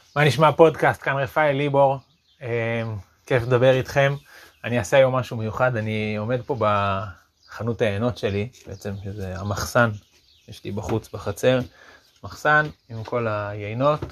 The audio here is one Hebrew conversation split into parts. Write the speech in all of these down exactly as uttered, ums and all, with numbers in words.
מה נשמע פודקאסט? כאן רפאל ליבור, כיף לדבר איתכם. אני אעשה היום משהו מיוחד, אני עומד פה בחנות העיינות שלי, בעצם שזה המחסן, יש לי בחוץ בחצר, מחסן עם כל היינות,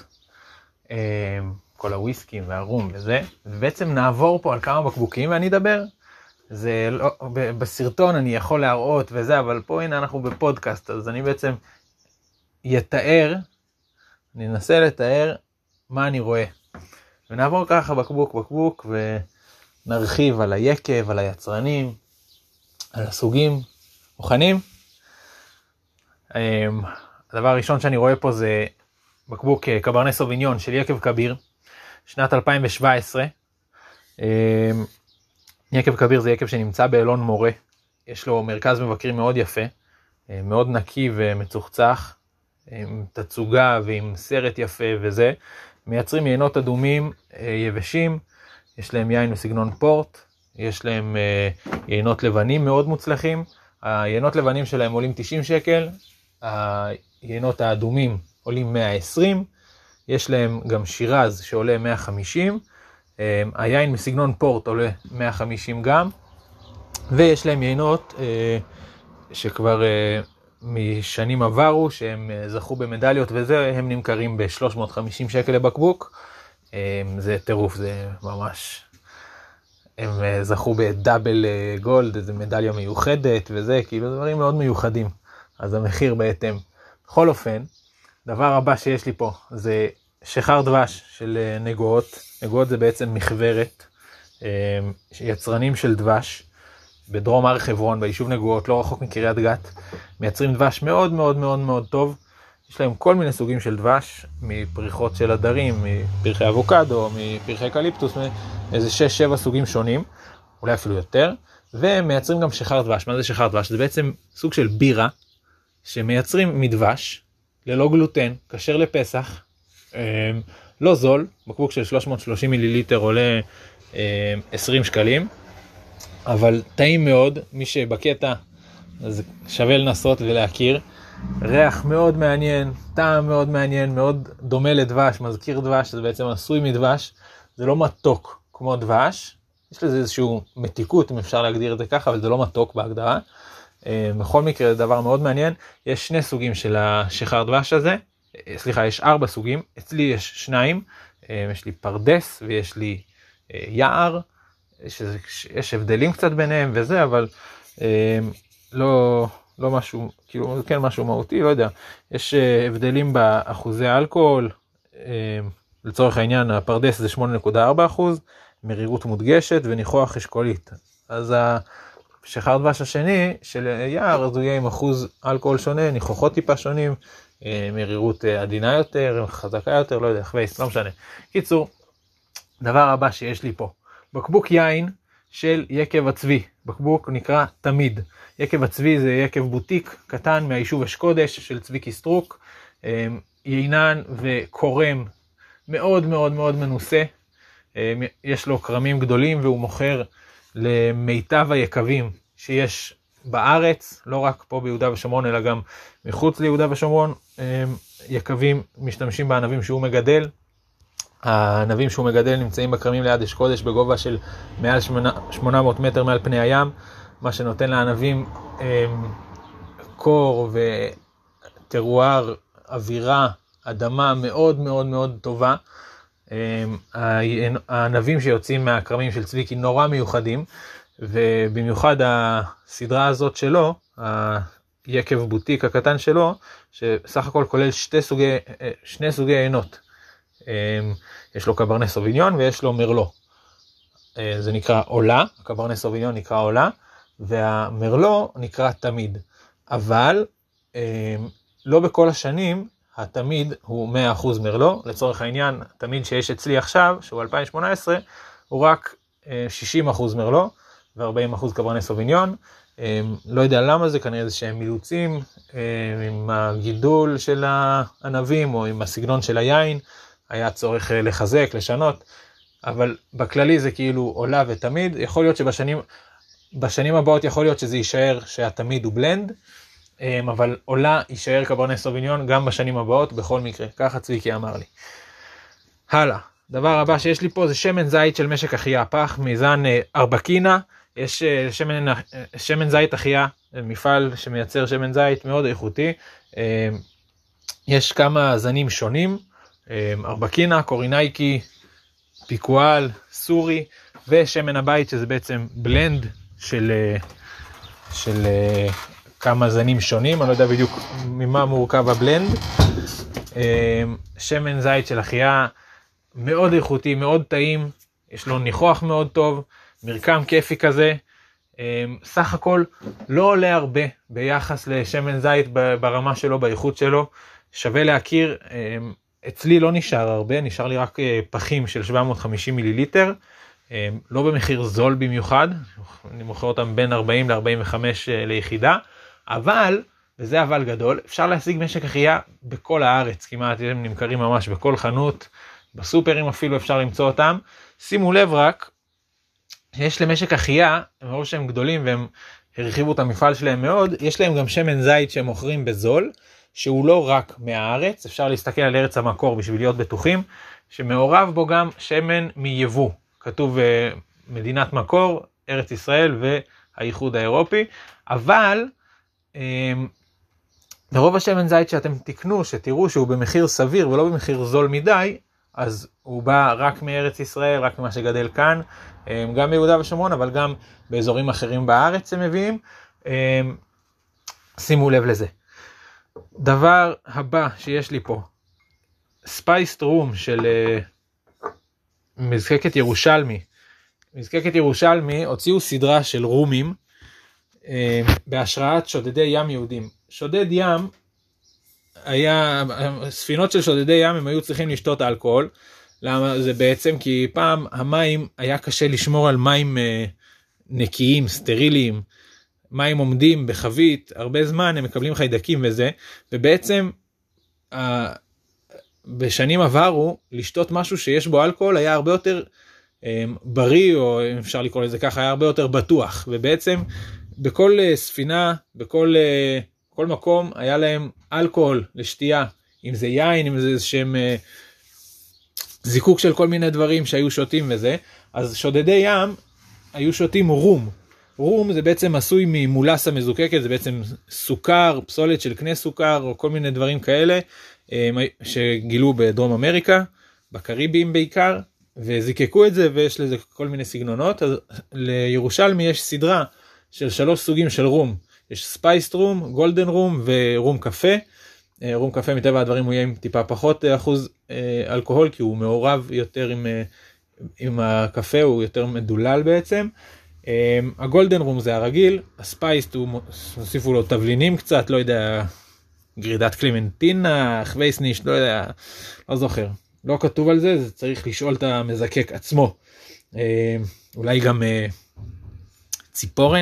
כל הוויסקים והרום וזה, ובעצם נעבור פה על כמה בקבוקים ואני אדבר. זה לא, בסרטון אני יכול להראות וזה, אבל פה הנה אנחנו בפודקאסט, אז אני בעצם יתאר, אני אנסה לתאר מה אני רואה. ונעבור ככה בקבוק בקבוק ונרחיב על היקב, על היצרנים, על הסוגים. מוכנים? הדבר הראשון שאני רואה פה זה בקבוק קברנה סוביניון של יקב כביר, שנת אלפיים שבע עשרה. יקב כביר זה יקב שנמצא באלון מורה. יש לו מרכז מבקרים מאוד יפה, מאוד נקי ומצוחצח, עם תצוגה ועם סרט יפה וזה. מייצרים יינות אדומים יבשים, יש להם יין בסגנון פורט, יש להם יינות לבנים מאוד מוצלחים. היינות לבנים שלהם עולים תשעים שקל, היינות האדומים עולים מאה ועשרים, יש להם גם שירז שעולה מאה וחמישים, היין בסגנון פורט עולה מאה וחמישים גם, ויש להם יינות שכבר משנים עברו, שהם זכו במדליות וזה, הם נמכרים ב-שלוש מאות וחמישים שקל לבקבוק. זה טירוף, זה ממש, הם זכו בדאבל גולד, איזה מדליה מיוחדת וזה, כאילו דברים מאוד מיוחדים, אז המחיר בהתאם. בכל אופן, דבר הבא שיש לי פה זה שחר דבש של נגועות. נגועות זה בעצם מחברת, יצרנים של דבש בדרום הר חברון, ביישוב נגועות, לא רחוק מקריית גת. מייצרים דבש מאוד מאוד מאוד מאוד טוב. יש להם כל מיני סוגים של דבש, מפריחות של הדרים, מפרחי אבוקדו, מפרחי קליפטוס, איזה שש שבע סוגים שונים, אולי אפילו יותר. והם מייצרים גם שחר דבש. מה זה שחר דבש? זה בעצם סוג של בירה שמייצרים מדבש, ללא גלוטן, כשר לפסח, לא זול. בקבוק של שלוש מאות ושלושים מיליליטר עולה עשרים שקלים, אבל טעים מאוד. מי שבקטע אז שווה לנסות ולהכיר. ריח מאוד מעניין, טעם מאוד מעניין, מאוד דומה לדבש, מזכיר דבש, זה בעצם עשוי מדבש. זה לא מתוק כמו דבש, יש לזה איזשהו מתיקות אם אפשר להגדיר את זה ככה, אבל זה לא מתוק בהגדרה. בכל מקרה זה דבר מאוד מעניין. יש שני סוגים של השחר דבש הזה, סליחה, יש ארבע סוגים, אצלי יש שניים, יש לי פרדס ויש לי יער, יש, יש הבדלים קצת ביניהם וזה, אבל לא, לא משהו, כאילו, כן משהו מהותי, לא יודע. יש הבדלים באחוזי האלכוהול, לצורך העניין, הפרדס זה שמונה נקודה ארבע אחוז, מרירות מודגשת וניחוח אשכולית. אז השחר דבש השני של יער, אז הוא יהיה עם אחוז אלכוהול שונה, ניחוחות טיפה שונים, מרירות עדינה יותר, חזקה יותר, לא יודע, חווייס, לא משנה. קיצור, דבר הבא שיש לי פה, בקבוק יין של יקב הצבי. בקבוק נקרא תמיד. יקב הצבי זה יקב בוטיק קטן מהיישוב אשקודש של צבי קיסטרוק. יינן וקורם מאוד מאוד מאוד מנוסה. יש לו קרמים גדולים והוא מוכר למיטב היקבים שיש בארץ, לא רק פה ביהודה ושומרון אלא גם מחוץ ליהודה ושומרון. יקבים משתמשים בענבים שהוא מגדל. הענבים שהוא מגדל נמצאים בקרמים ליד אשקודש בגובה של מעל שמונה מאות מטר מעל פני הים, מה שנותן לענבים קור וטרואר, אווירה, אדמה מאוד מאוד מאוד טובה. הענבים שיוצאים מהקרמים של צביקי נורא מיוחדים, ובמיוחד הסדרה הזאת שלו, היקב בוטיק הקטן שלו, שסך הכל כולל שתי סוגי, שני סוגי עינות. יש לו קברנה סוביניון ויש לו מרלו. זה נקרא עולה, הקברנה סוביניון נקרא עולה, והמרלו נקרא תמיד. אבל לא בכל השנים התמיד הוא מאה אחוז מרלו. לצורך העניין, התמיד שיש אצלי עכשיו, שהוא אלפיים שמונה עשרה, הוא רק שישים אחוז מרלו ו-ארבעים אחוז קברנה סוביניון. לא יודע למה זה, כנראה זה שהם מילוצים עם הגידול של הענבים או עם הסגנון של היין, היה צורך לחזק, לשנות, אבל בכללי זה כאילו עולה ותמיד. יכול להיות שבשנים בשנים הבאות יכול להיות שזה יישאר שהתמיד הוא בלנד, אבל עולה יישאר קברנה סוביניון גם בשנים הבאות בכל מקרה, ככה צביקי אמר לי. הלאה. דבר הבא שיש לי פה זה שמן זית של משק אחייה, פח מזן ארבקינה. יש שמן, שמן זית אחייה, מפעל שמייצר שמן זית מאוד איכותי. יש כמה זנים שונים, ארבקינה, קורינייקי, פיקואל, סורי, ושמן הבית שזה בעצם בלנד של, של כמה זנים שונים, אני לא יודע בדיוק ממה מורכב הבלנד. שמן זית של אחייה מאוד איכותי, מאוד טעים, יש לו ניחוח מאוד טוב, מרקם כיפי כזה, סך הכל לא עולה הרבה ביחס לשמן זית ברמה שלו, באיכות שלו, שווה להכיר. אצלי לא נשאר הרבה, נשאר לי רק פחים של שבע מאות וחמישים מיליליטר, לא במחיר זול במיוחד, אני מוכר אותם בין ארבעים ל-ארבעים וחמש ליחידה, אבל, וזה אבל גדול, אפשר להשיג משק אחייה בכל הארץ, כמעט הם נמכרים ממש בכל חנות, בסופרים אפילו אפשר למצוא אותם. שימו לב רק, יש למשק אחייה, הם ראו שהם גדולים והם הרחיבו את המפעל שלהם מאוד, יש להם גם שמן זית שהם מוכרים בזול, שהוא לא רק מהארץ, אפשר להסתכל על ארץ המקור בשביל להיות בטוחים, שמעורב בו גם שמן מיבוא, כתוב מדינת מקור, ארץ ישראל והאיחוד האירופי, אבל ברוב השמן זית שאתם תקנו, שתראו שהוא במחיר סביר ולא במחיר זול מדי, אז הוא בא רק מארץ ישראל, רק ממה שגדל כאן, גם ביהודה ושומרון, אבל גם באזורים אחרים בארץ הם מביאים. שימו לב לזה. דבר הבא שיש לי פה, ספייסט רום של מזקקת ירושלמי. מזקקת ירושלמי הוציאו סדרה של רומים בהשראת שודדי ים יהודים. שודד ים, היה, ספינות של שודדי ים הם היו צריכים לשתות אלכוהול. למה? זה בעצם כי פעם המים היה קשה לשמור על מים נקיים, סטריליים, מים עומדים בחבית, הרבה זמן הם מקבלים חיידקים וזה, ובעצם בשנים עברו לשתות משהו שיש בו אלכוהול היה הרבה יותר בריא, או אפשר לקרוא לזה ככה, היה הרבה יותר בטוח, ובעצם בכל ספינה, בכל כל מקום היה להם אלכוהול לשתייה, אם זה יין, אם זה איזשהם זיקוק של כל מיני דברים שהיו שותים וזה, אז שודדי ים היו שותים רום. רום זה בעצם עשוי ממולסה מזוקקת, זה בעצם סוכר, פסולת של קנה סוכר, או כל מיני דברים כאלה, שגילו בדרום אמריקה, בקריבים בעיקר, וזיקקו את זה, ויש לזה כל מיני סגנונות. אז לירושלמי יש סדרה של שלוש סוגים של רום, יש ספייסט רום, גולדן רום ורום קפה. רום קפה מטבע הדברים הוא יהיה עם טיפה פחות אחוז אלכוהול, כי הוא מעורב יותר עם, עם הקפה, הוא יותר מדולל בעצם. הגולדן רום זה הרגיל, הספייסט הוא, הוסיפו לו תבלינים קצת, לא יודע, גרידת קלימנטינה, חווייסניש, לא יודע, לא זוכר. לא כתוב על זה, זה צריך לשאול את המזקק עצמו. אולי גם ציפורן.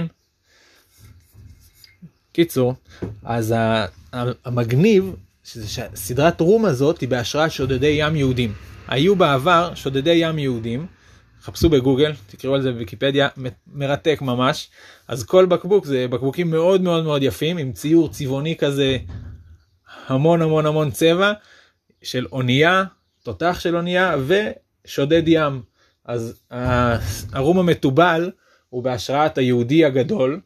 קיצור, אז המגניב, שסדרת רום הזאת היא בהשראת שודדי ים יהודים. היו בעבר שודדי ים יהודים, חפשו בגוגל, תקראו על זה בוויקיפדיה, מרתק ממש. אז כל בקבוק זה בקבוקים מאוד מאוד מאוד יפים, עם ציור צבעוני כזה, המון המון המון צבע, של אונייה, תותח של אונייה, ושודד ים. אז הרום המטובל הוא בהשראת היהודי הגדול,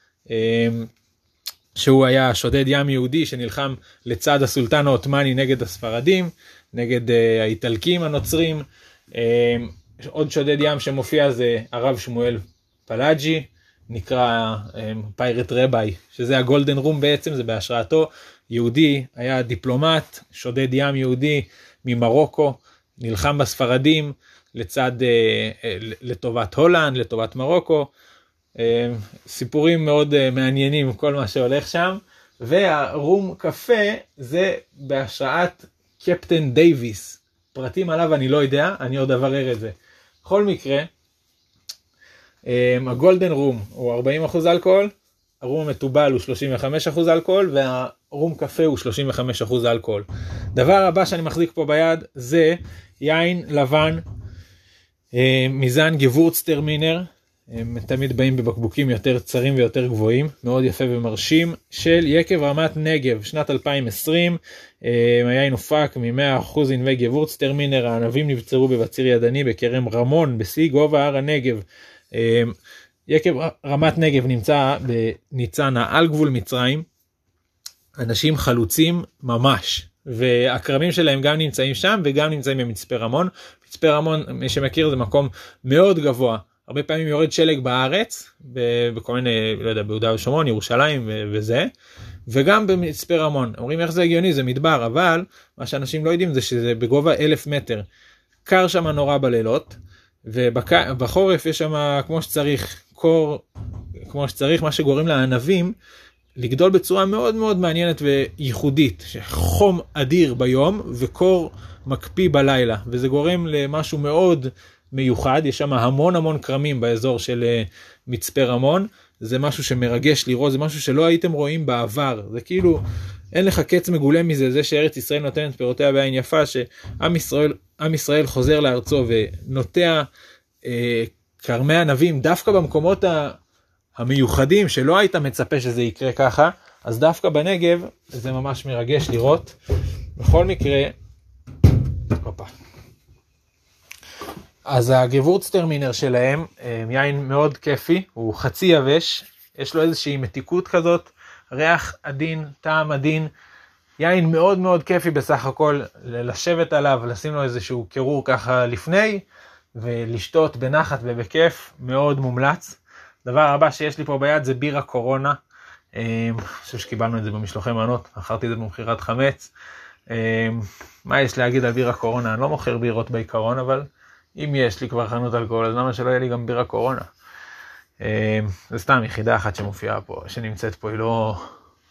שהוא היה שודד ים יהודי שנלחם לצד הסולטן העות'מאני נגד הספרדים, נגד האיטלקים הנוצרים. עוד שודד ים שמופיע זה הרב שמואל פלאג'י, נקרא פיירט רביי, שזה הגולדן רום בעצם, זה בהשראתו. יהודי, היה דיפלומט, שודד ים יהודי ממרוקו, נלחם בספרדים לצד, לטובת הולנד, לטובת מרוקו. סיפורים מאוד מעניינים כל מה שהולך שם. והרום קפה זה בהשראת קפטן דייביס, פרטים עליו אני לא יודע, אני עוד אברר את זה. בכל מקרה, הגולדן רום הוא ארבעים אחוז אלכוהול, הרום המטובל הוא שלושים וחמישה אחוז אלכוהול, והרום קפה הוא שלושים וחמישה אחוז אלכוהול. דבר הבא שאני מחזיק פה ביד זה יין לבן מזן גבורצטרמינר, הם תמיד באים בבקבוקים יותר צרים ויותר גבוהים, מאוד יפה ומרשים, של יקב רמת נגב, שנת אלפיים ועשרים, היין הופק מ-מאה אחוז ענבי גבורצטרמינר, הענבים נבצרו בבציר ידני בכרם רמון, בשיא גובה הר הנגב. יקב רמת נגב נמצא בניצנה על גבול מצרים, אנשים חלוצים ממש, והקרמים שלהם גם נמצאים שם וגם נמצאים במצפה רמון. מצפה רמון, מי שמכיר, זה מקום מאוד גבוה, הרבה פעמים יורד שלג בארץ, בכל מיני, לא יודע, ביהודה ושומרון, ירושלים וזה, וגם במצפה רמון. אומרים איך זה הגיוני, זה מדבר, אבל מה שאנשים לא יודעים זה שזה בגובה אלף מטר. קר שם נורא בלילות, ובחורף יש שם כמו שצריך, קור כמו שצריך, מה שגורם לענבים לגדול בצורה מאוד מאוד מעניינת וייחודית, חום אדיר ביום וקור מקפיא בלילה, וזה גורם למשהו מאוד מיוחד. יש שם המון המון קרמים באזור של מצפה רמון, זה משהו שמרגש לראות, זה משהו שלא הייתם רואים בעבר, זה כאילו אין לך קץ מגולה מזה, זה שארץ ישראל נותנת פירותיה בעין יפה, שעם ישראל, עם ישראל חוזר לארצו ונוטע אה, קרמי ענבים דווקא במקומות ה... המיוחדים שלא היית מצפה שזה יקרה ככה, אז דווקא בנגב זה ממש מרגש לראות. בכל מקרה, אופה. אז הגבורצטרמינר שלהם, יין מאוד כיפי, הוא חצי יבש, יש לו איזושהי מתיקות כזאת, ריח עדין, טעם עדין, יין מאוד מאוד כיפי בסך הכל, לשבת עליו, לשים לו איזשהו קירור ככה לפני, ולשתות בנחת ובכיף, מאוד מומלץ. דבר הבא שיש לי פה ביד זה בירה קורונה, אני חושב שקיבלנו את זה במשלוחי מנות, אחרתי את זה במחירת חמץ. מה יש להגיד על בירה קורונה? אני לא מוכר בירות בעיקרון, אבל אם יש לי כבר חנות אלכוהול, אז למה שלא יהיה לי גם בירה קורונה? זה סתם יחידה אחת שמופיעה פה, שנמצאת פה, היא לא...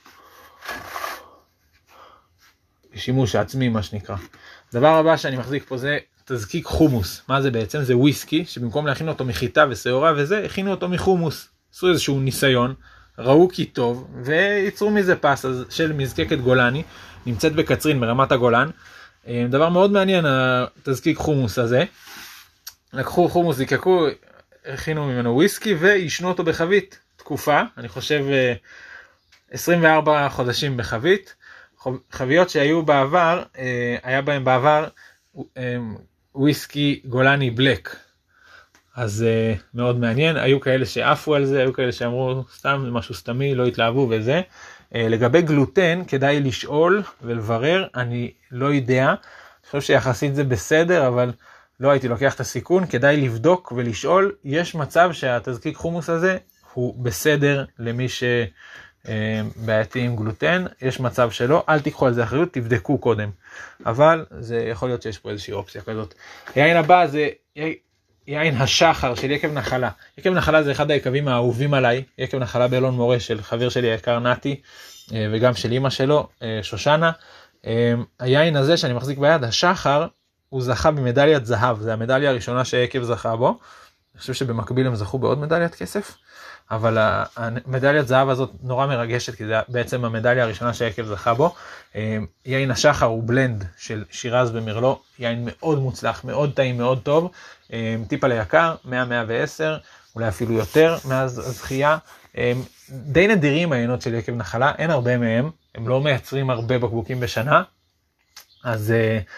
שימוש העצמי מה שנקרא. דבר הבא שאני מחזיק פה זה תזקיק חומוס. מה זה בעצם? זה וויסקי, שבמקום להכין אותו מחיטה וסיורה וזה, הכינו אותו מחומוס. עשו איזשהו ניסיון, ראו כי טוב, וייצרו מזה פס של מזקקת גולני, נמצאת בקצרין ברמת הגולן. דבר מאוד מעניין, התזקיק חומוס הזה. לקחו חומוס, זיקקו, הכינו ממנו וויסקי, וישנו אותו בחבית תקופה, אני חושב עשרים וארבעה חודשים בחבית. חביות שהיו בעבר, היה בהם בעבר וויסקי גולני בלק, אז uh, מאוד מעניין. היו כאלה שעפו על זה, היו כאלה שאמרו סתם זה משהו סתמי, לא התלהבו וזה. Uh, לגבי גלוטן כדאי לשאול ולברר, אני לא יודע, אני חושב שיחסית זה בסדר, אבל לא הייתי לוקח את הסיכון, כדאי לבדוק ולשאול. יש מצב שהתזקיק חומוס הזה הוא בסדר למי ש... בעייתי עם גלוטן, יש מצב שלא, אל תיקחו על זה אחריות, תבדקו קודם, אבל זה יכול להיות שיש פה איזושהי אופציה כזאת. היין הבא זה יין השחר של יקב נחלה. יקב נחלה זה אחד היקבים האהובים עליי, יקב נחלה באלון מורה של חבר שלי היקר נתי, וגם של אמא שלו, שושנה. היין הזה שאני מחזיק ביד, השחר, הוא זכה במדליית זהב, זה המדליה הראשונה שיקב זכה בו, אני חושב שבמקביל הם זכו בעוד מדליית כסף, אבל המדליית זהב הזאת נורא מרגשת, כי זה בעצם המדליה הראשונה שיקב זכה בו. יין השחר הוא בלנד של שירז ומרלו, יין מאוד מוצלח, מאוד טעים, מאוד טוב, טיפה ליקר, מאה מאה ועשר, אולי אפילו יותר מאז הזכייה. די נדירים העיינות של יקב נחלה, אין הרבה מהם, הם לא מייצרים הרבה בקבוקים בשנה, אז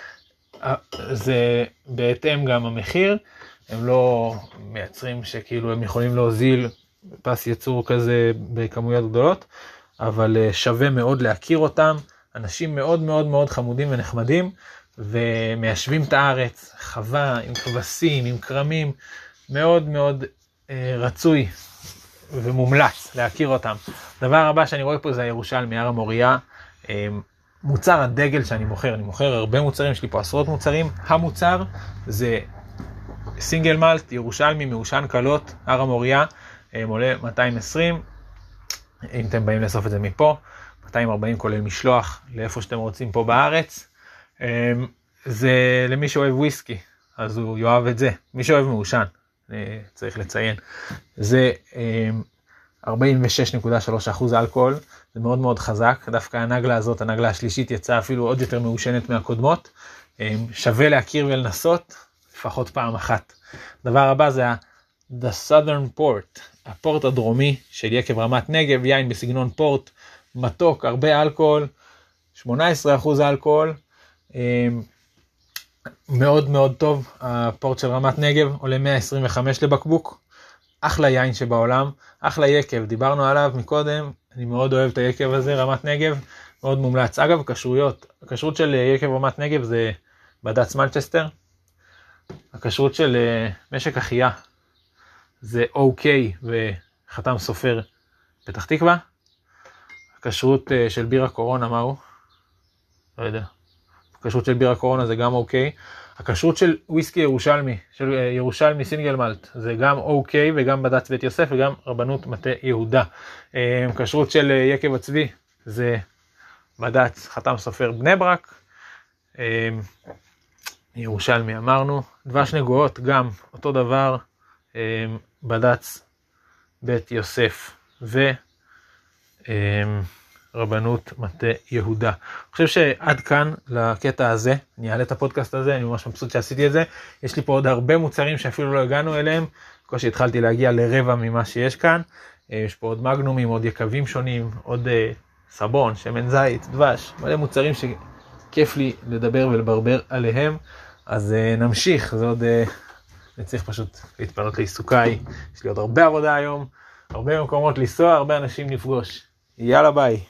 זה בהתאם גם המחיר, הם לא מייצרים שכאילו הם יכולים להוזיל פס יצור כזה בכמויות גדולות, אבל שווה מאוד להכיר אותם, אנשים מאוד מאוד מאוד חמודים ונחמדים, ומיישבים את הארץ, חווה עם כבשים, עם קרמים, מאוד מאוד אה, רצוי ומומלץ להכיר אותם. דבר הבא שאני רואה פה זה הירושלמי, הר המוריה, אה, מוצר הדגל שאני מוכר, אני מוכר הרבה מוצרים, יש לי פה עשרות מוצרים, המוצר זה סינגל מלט, ירושלמי, מעושן קלות, הר המוריה, עולה מאתיים ועשרים, אם אתם באים לאסוף את זה מפה, מאתיים וארבעים כולל משלוח לאיפה שאתם רוצים פה בארץ. זה למי שאוהב וויסקי, אז הוא יאהב את זה. מי שאוהב מעושן, צריך לציין. זה ארבעים ושש נקודה שלוש אחוז אלכוהול, זה מאוד מאוד חזק. דווקא הנגלה הזאת, הנגלה השלישית, יצאה אפילו עוד יותר מעושנת מהקודמות. שווה להכיר ולנסות, לפחות פעם אחת. דבר הבא זה The Southern Port, הפורט הדרומי של יקב רמת נגב, יין בסגנון פורט, מתוק, הרבה אלכוהול, שמונה עשרה אחוז אלכוהול, מאוד מאוד טוב. הפורט של רמת נגב עולה מאה עשרים וחמש לבקבוק, אחלה יין שבעולם, אחלה יקב, דיברנו עליו מקודם, אני מאוד אוהב את היקב הזה, רמת נגב, מאוד מומלץ. אגב, כשרויות, הכשרות של יקב רמת נגב זה בד"ץ מנצ'סטר, הכשרות של משק אחייה זה אוקיי וחתם סופר פתח תקווה, הכשרות של בירה קורונה, מה הוא? לא יודע. הכשרות של בירה קורונה זה גם אוקיי. הכשרות של וויסקי ירושלמי, של ירושלמי סינגל מלט, זה גם אוקיי וגם בד"ץ בית יוסף וגם רבנות מטה יהודה. הכשרות של יקב הצבי זה בד"ץ חתם סופר בני ברק. ירושלמי אמרנו. דבש נגועות גם אותו דבר, בד"ץ בית יוסף ו... רבנות מטה יהודה. אני חושב שעד כאן לקטע הזה, אני אעלה את הפודקאסט הזה, אני ממש מבסוט שעשיתי את זה. יש לי פה עוד הרבה מוצרים שאפילו לא הגענו אליהם, בקושי התחלתי להגיע לרבע ממה שיש כאן. יש פה עוד מגנומים, עוד יקבים שונים, עוד סבון, שמן זית, דבש, מלא מוצרים שכיף לי לדבר ולברבר עליהם. אז נמשיך, זה עוד, אני צריך פשוט להתפנות לעיסוקיי, יש לי עוד הרבה עבודה היום, הרבה מקומות לנסוע, הרבה אנשים לפגוש. יאללה ביי.